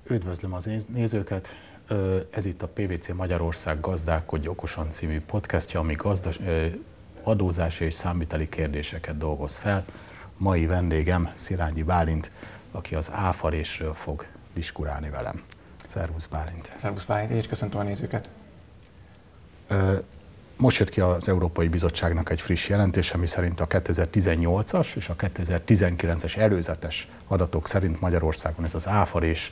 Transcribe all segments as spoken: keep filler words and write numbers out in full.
Üdvözlöm az nézőket! Ez itt a pé vé cé Magyarország Gazdálkodj okosan című podcastja, ami gazdas, adózási és számviteli kérdéseket dolgoz fel. Mai vendégem Szilágyi Bálint, aki az áfarésről fog diskurálni velem. Szervusz Bálint! Szervusz Bálint, én is köszöntöm a nézőket! Most jött ki az Európai Bizottságnak egy friss jelentés, ami szerint a kétezer-tizennyolcas és a kétezer-tizenkilences előzetes adatok szerint Magyarországon ez az áfarés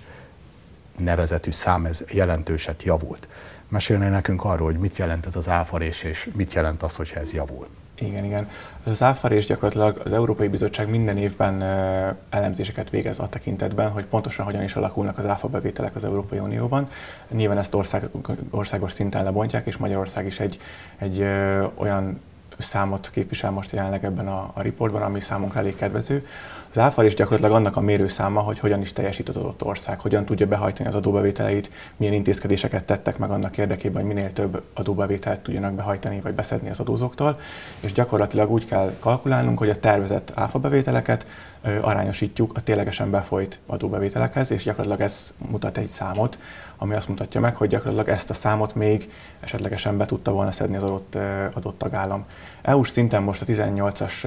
nevezetű szám ez jelentőset javult. Mesélnél nekünk arról, hogy mit jelent ez az áfarés, és mit jelent az, hogyha ez javul? Igen, igen. Az áfarés gyakorlatilag az Európai Bizottság minden évben elemzéseket végez a tekintetben, hogy pontosan hogyan is alakulnak az áfabevételek az Európai Unióban. Nyilván ezt ország, országos szinten lebontják, és Magyarország is egy, egy ö, olyan számot képvisel most jelenleg ebben a, a riportban, ami számunkra elég kedvező. Az áfarés gyakorlatilag annak a mérőszáma, hogy hogyan is teljesít az adott ország, hogyan tudja behajtani az adóbevételeit, milyen intézkedéseket tettek meg annak érdekében, hogy minél több adóbevételt tudjanak behajtani vagy beszedni az adózóktól, és gyakorlatilag úgy kell kalkulálnunk, hogy a tervezett áfabevételeket ö, arányosítjuk a ténylegesen befolyt adóbevételekhez, és gyakorlatilag ez mutat egy számot, ami azt mutatja meg, hogy gyakorlatilag ezt a számot még esetlegesen be tudta volna szedni az adott, adott tagállam. é u-s szinten most a tizennyolcas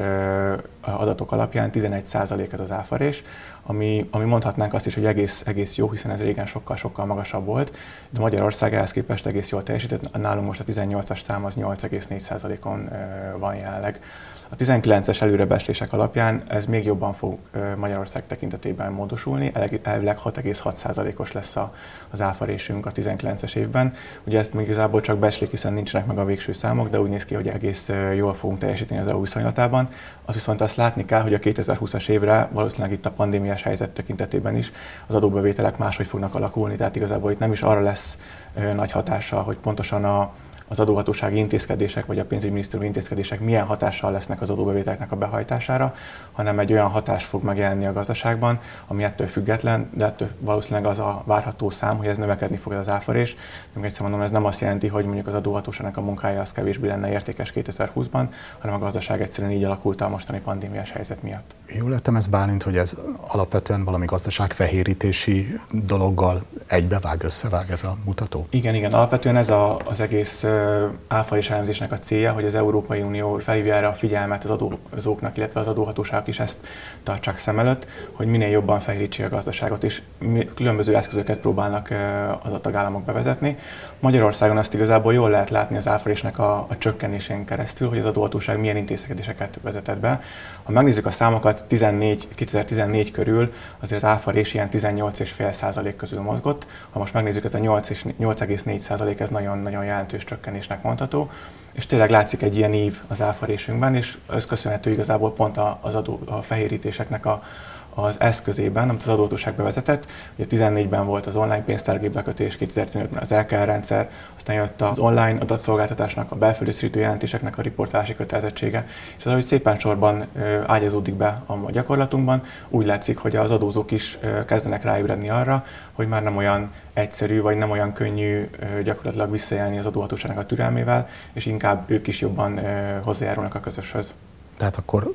adatok alapján tizenegy százalék ez az áfarés, ami, ami mondhatnánk azt is, hogy egész, egész jó, hiszen ez régen sokkal-sokkal magasabb volt, de Magyarország ehhez képest egész jól teljesített, nálunk most a tizennyolcas szám az nyolc egész négy százalékon van jelenleg. A tizenkilences előrebecslések alapján ez még jobban fog Magyarország tekintetében módosulni, elvileg hat egész hat százalékos lesz az áfarésünk a tizenkilences évben. Ugye ezt még igazából csak becslik, hiszen nincsenek meg a végső számok, de úgy néz ki, hogy egész jól fogunk teljesíteni az é u viszonylatában. Azt viszont azt látni kell, hogy a kétezer-húszas évre valószínűleg itt a pandémiás helyzet tekintetében is az adóbevételek máshogy fognak alakulni, tehát igazából itt nem is arra lesz nagy hatása, hogy pontosan a az adóhatósági intézkedések vagy a pénzügyminisztérium intézkedések milyen hatással lesznek az adóbevételeknek a behajtására, hanem egy olyan hatás fog megjelenni a gazdaságban, ami ettől független, de ettől valószínűleg az a várható szám, hogy ez növekedni fog az áfarés. De még egyszer mondom, ez nem azt jelenti, hogy mondjuk az adóhatóságnak a munkája az kevésbé lenne értékes kétezer-húszban, hanem a gazdaság egyszerűen így alakult a mostani pandémiás helyzet miatt. Jól értem ezt, Bálint, hogy ez alapvetően valami gazdaságfehérítési dologgal egybevág, összevág ez a mutató? Igen, igen, alapvetően ez a, az egész áfarés elemzésnek a célja, hogy az Európai Unió felhívja erre a figyelmet az adózóknak, illetve az adóhatóságok is ezt tartsák szem előtt, hogy minél jobban fehérítsék a gazdaságot, és különböző eszközöket próbálnak az a tagállamok bevezetni. Magyarországon azt igazából jól lehet látni az áfarésnek a, a csökkenésén keresztül, hogy az adóhatóság milyen intézkedéseket vezetett be. Ha megnézzük a számokat, kétezer-tizennégy körül azért az áfarés ilyen tizennyolc egész öt százalék közül mozgott. Ha most megnézzük, ez a nyolc egész négy százalék, ez nagyon-nagyon jelentős csökkenésnek mondható. És tényleg látszik egy ilyen ív az áfarésünkben, és ez köszönhető igazából pont az adó, a fehérítéseknek a, az eszközében, amit az adóhatóság bevezetett. Ugye tizennégyben volt az online pénztárgéplekötés, kétezer-tizenötben az el ká rendszer, aztán jött az online adatszolgáltatásnak, a belföldösszorító jelentéseknek a riportálási kötelezettsége, és az, ahogy szépen sorban ágyazódik be a gyakorlatunkban, úgy látszik, hogy az adózók is kezdenek ráébredni arra, hogy már nem olyan egyszerű, vagy nem olyan könnyű gyakorlatilag visszajelni az adóhatóságnak a türelmével, és inkább ők is jobban hozzájárulnak a közöshöz. Tehát akkor,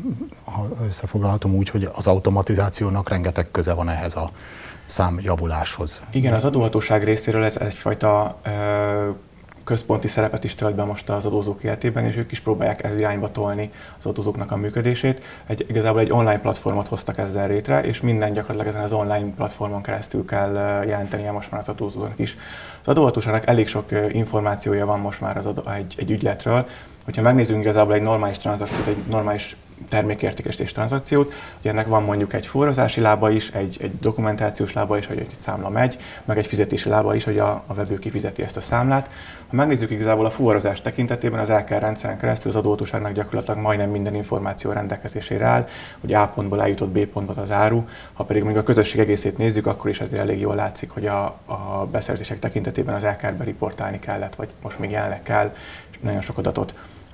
ha összefoglalhatom úgy, hogy az automatizációnak rengeteg köze van ehhez a számjavuláshoz. Igen, az adóhatóság részéről ez egyfajta ö, központi szerepet is tölt be most az adózók életében, és ők is próbálják ez irányba tolni az adózóknak a működését. Egy, igazából egy online platformot hoztak ezzel létre, és minden gyakorlatilag ezen az online platformon keresztül kell jelentenie most már az adózóknak is. Az adóhatóságnak elég sok információja van most már az adó, egy, egy ügyletről. Hogyha megnézzünk igazából egy normális tranzakciót, egy normális termékértékesítés tranzakciót, ugye ennek van mondjuk egy forrózási lába is, egy, egy dokumentációs lába is, hogy egy számla megy, meg egy fizetési lába is, hogy a, a vevő kifizeti ezt a számlát. Ha megnézzük igazából a fuvarozás tekintetében, az el ká rendszeren keresztül az adóhatóságnak gyakorlatilag majdnem minden információ rendelkezésére áll, hogy A pontból eljutott B pontba az áru. Ha pedig még a közösség egészét nézzük, akkor is ezért elég jól látszik, hogy a, a beszerzések tekintetében az el ká-be riportálni kellett, vagy most még jelenleg kell, és nagyon sok adatot.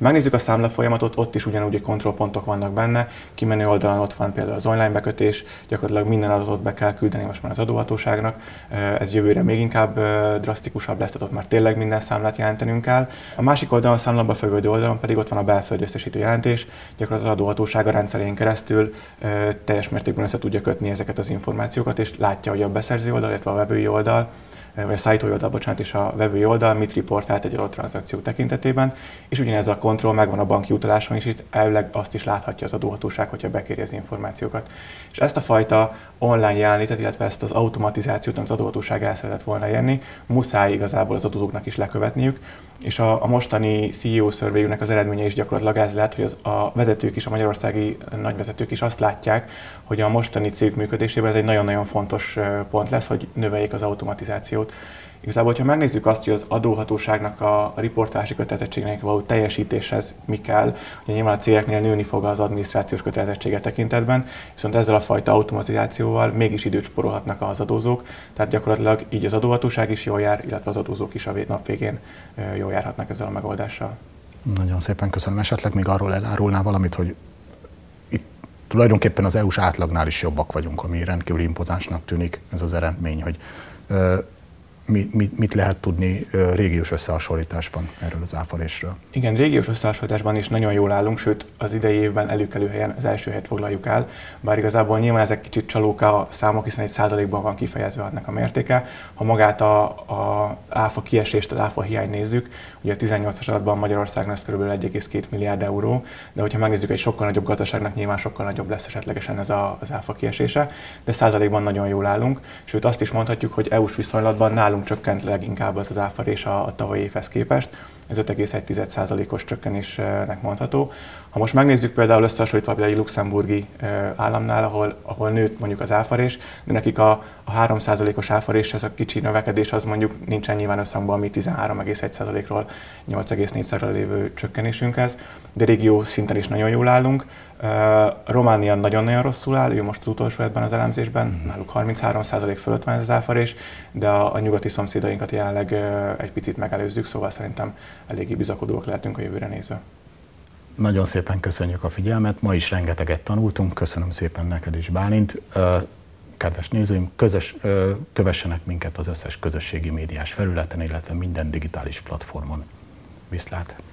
Megnézzük a számla folyamatot, ott is ugyanúgy kontrollpontok vannak benne, kimenő oldalon ott van például az online bekötés, gyakorlatilag minden adatot be kell küldeni most már az adóhatóságnak, ez jövőre még inkább drasztikusabb lesz, tehát ott már tényleg minden számlát jelentenünk kell. A másik oldalon, a számlába földő oldalon pedig ott van a belföldi összesítő jelentés, gyakorlatilag az adóhatóság a rendszerén keresztül teljes mértékben össze tudja kötni ezeket az információkat, és látja, hogy a beszerző oldal, illetve a vevői oldal, vagy a szállítói oldal, bocsánat, és a vevői oldal mit riportált egy adott tranzakció tekintetében, és ugyanez a kontroll megvan a banki utaláson is, itt elvileg azt is láthatja az adóhatóság, hogyha bekéri az információkat. És ezt a fajta online jelenlétet, illetve ezt az automatizációt, amit az adóhatóság el szeretett volna érni, muszáj igazából az adózóknak is lekövetniük, és a, a mostani C E O surveynek az eredménye is gyakorlatilag ez lett, hogy az, a vezetők is, a magyarországi nagyvezetők is azt látják, hogy a mostani cég működésében ez egy nagyon-nagyon fontos pont lesz, hogy növeljék az automatizációt. Igazából, ha megnézzük azt, hogy az adóhatóságnak a riportálási kötelezettségnek való teljesítéshez mi kell, ugye nyilván a cégeknél nőni fog az adminisztrációs kötelezettsége tekintetben, viszont ezzel a fajta automatizációval mégis időt spórolhatnak az adózók, tehát gyakorlatilag így az adóhatóság is jól jár, illetve az adózók is a nap végén jól járhatnak ezzel a megoldással. Nagyon szépen köszönöm. Esetleg még arról elárulná valamit, hogy itt tulajdonképpen az é u-s átlagnál is jobbak vagyunk, ami rendkívül impozánsnak tűnik ez az eredmény, hogy Mit, mit lehet tudni régiós összehasonlításban erről az áfarésről? Igen, régiós összehasonlításban is nagyon jól állunk, sőt az idei évben előkelő helyen az első helyet foglaljuk el, bár igazából nyilván ezek kicsit csalóka a számok, hiszen egy százalékban van kifejezve ennek a mértéke. Ha magát a, a áfa kiesést, az áfa hiány nézzük, ugye a tizennyolcas adatban Magyarországon ez kb. egy egész két milliárd euró, de hogyha megnézzük egy sokkal nagyobb gazdaságnak, nyilván sokkal nagyobb lesz esetlegesen ez a, az áfa kiesése, de százalékban nagyon jól állunk, sőt azt is mondhatjuk, hogy é u-s viszonylatban nálunk csökkent leginkább az az áfarés a, a tavalyi évhez képest. Ez öt egész egy százalékos csökkenésnek mondható. Ha most megnézzük például összehasonlítva például egy luxemburgi államnál, ahol, ahol nőtt mondjuk az áfarés, de nekik a, a három százalékos áfaréshez a kicsi növekedés az mondjuk nincsen nyilván összhangban a mi tizenhárom egész egy százalékról nyolc egész négy százalékra lévő csökkenésünkhez, de régió szinten is nagyon jól állunk. Románia nagyon-nagyon rosszul áll, ő most az utolsó ebben az elemzésben, náluk harminchárom százalék fölött van ez az áfarés, de a, a nyugati szomszédainkat jelenleg egy picit megelőzzük, szóval szerintem eléggé bizakodóak lehetünk a jövőre nézve. Nagyon szépen köszönjük a figyelmet, ma is rengeteget tanultunk, köszönöm szépen neked is, Bálint. Kedves nézőim, közös, kövessenek minket az összes közösségi médiás felületen, illetve minden digitális platformon. Viszlát!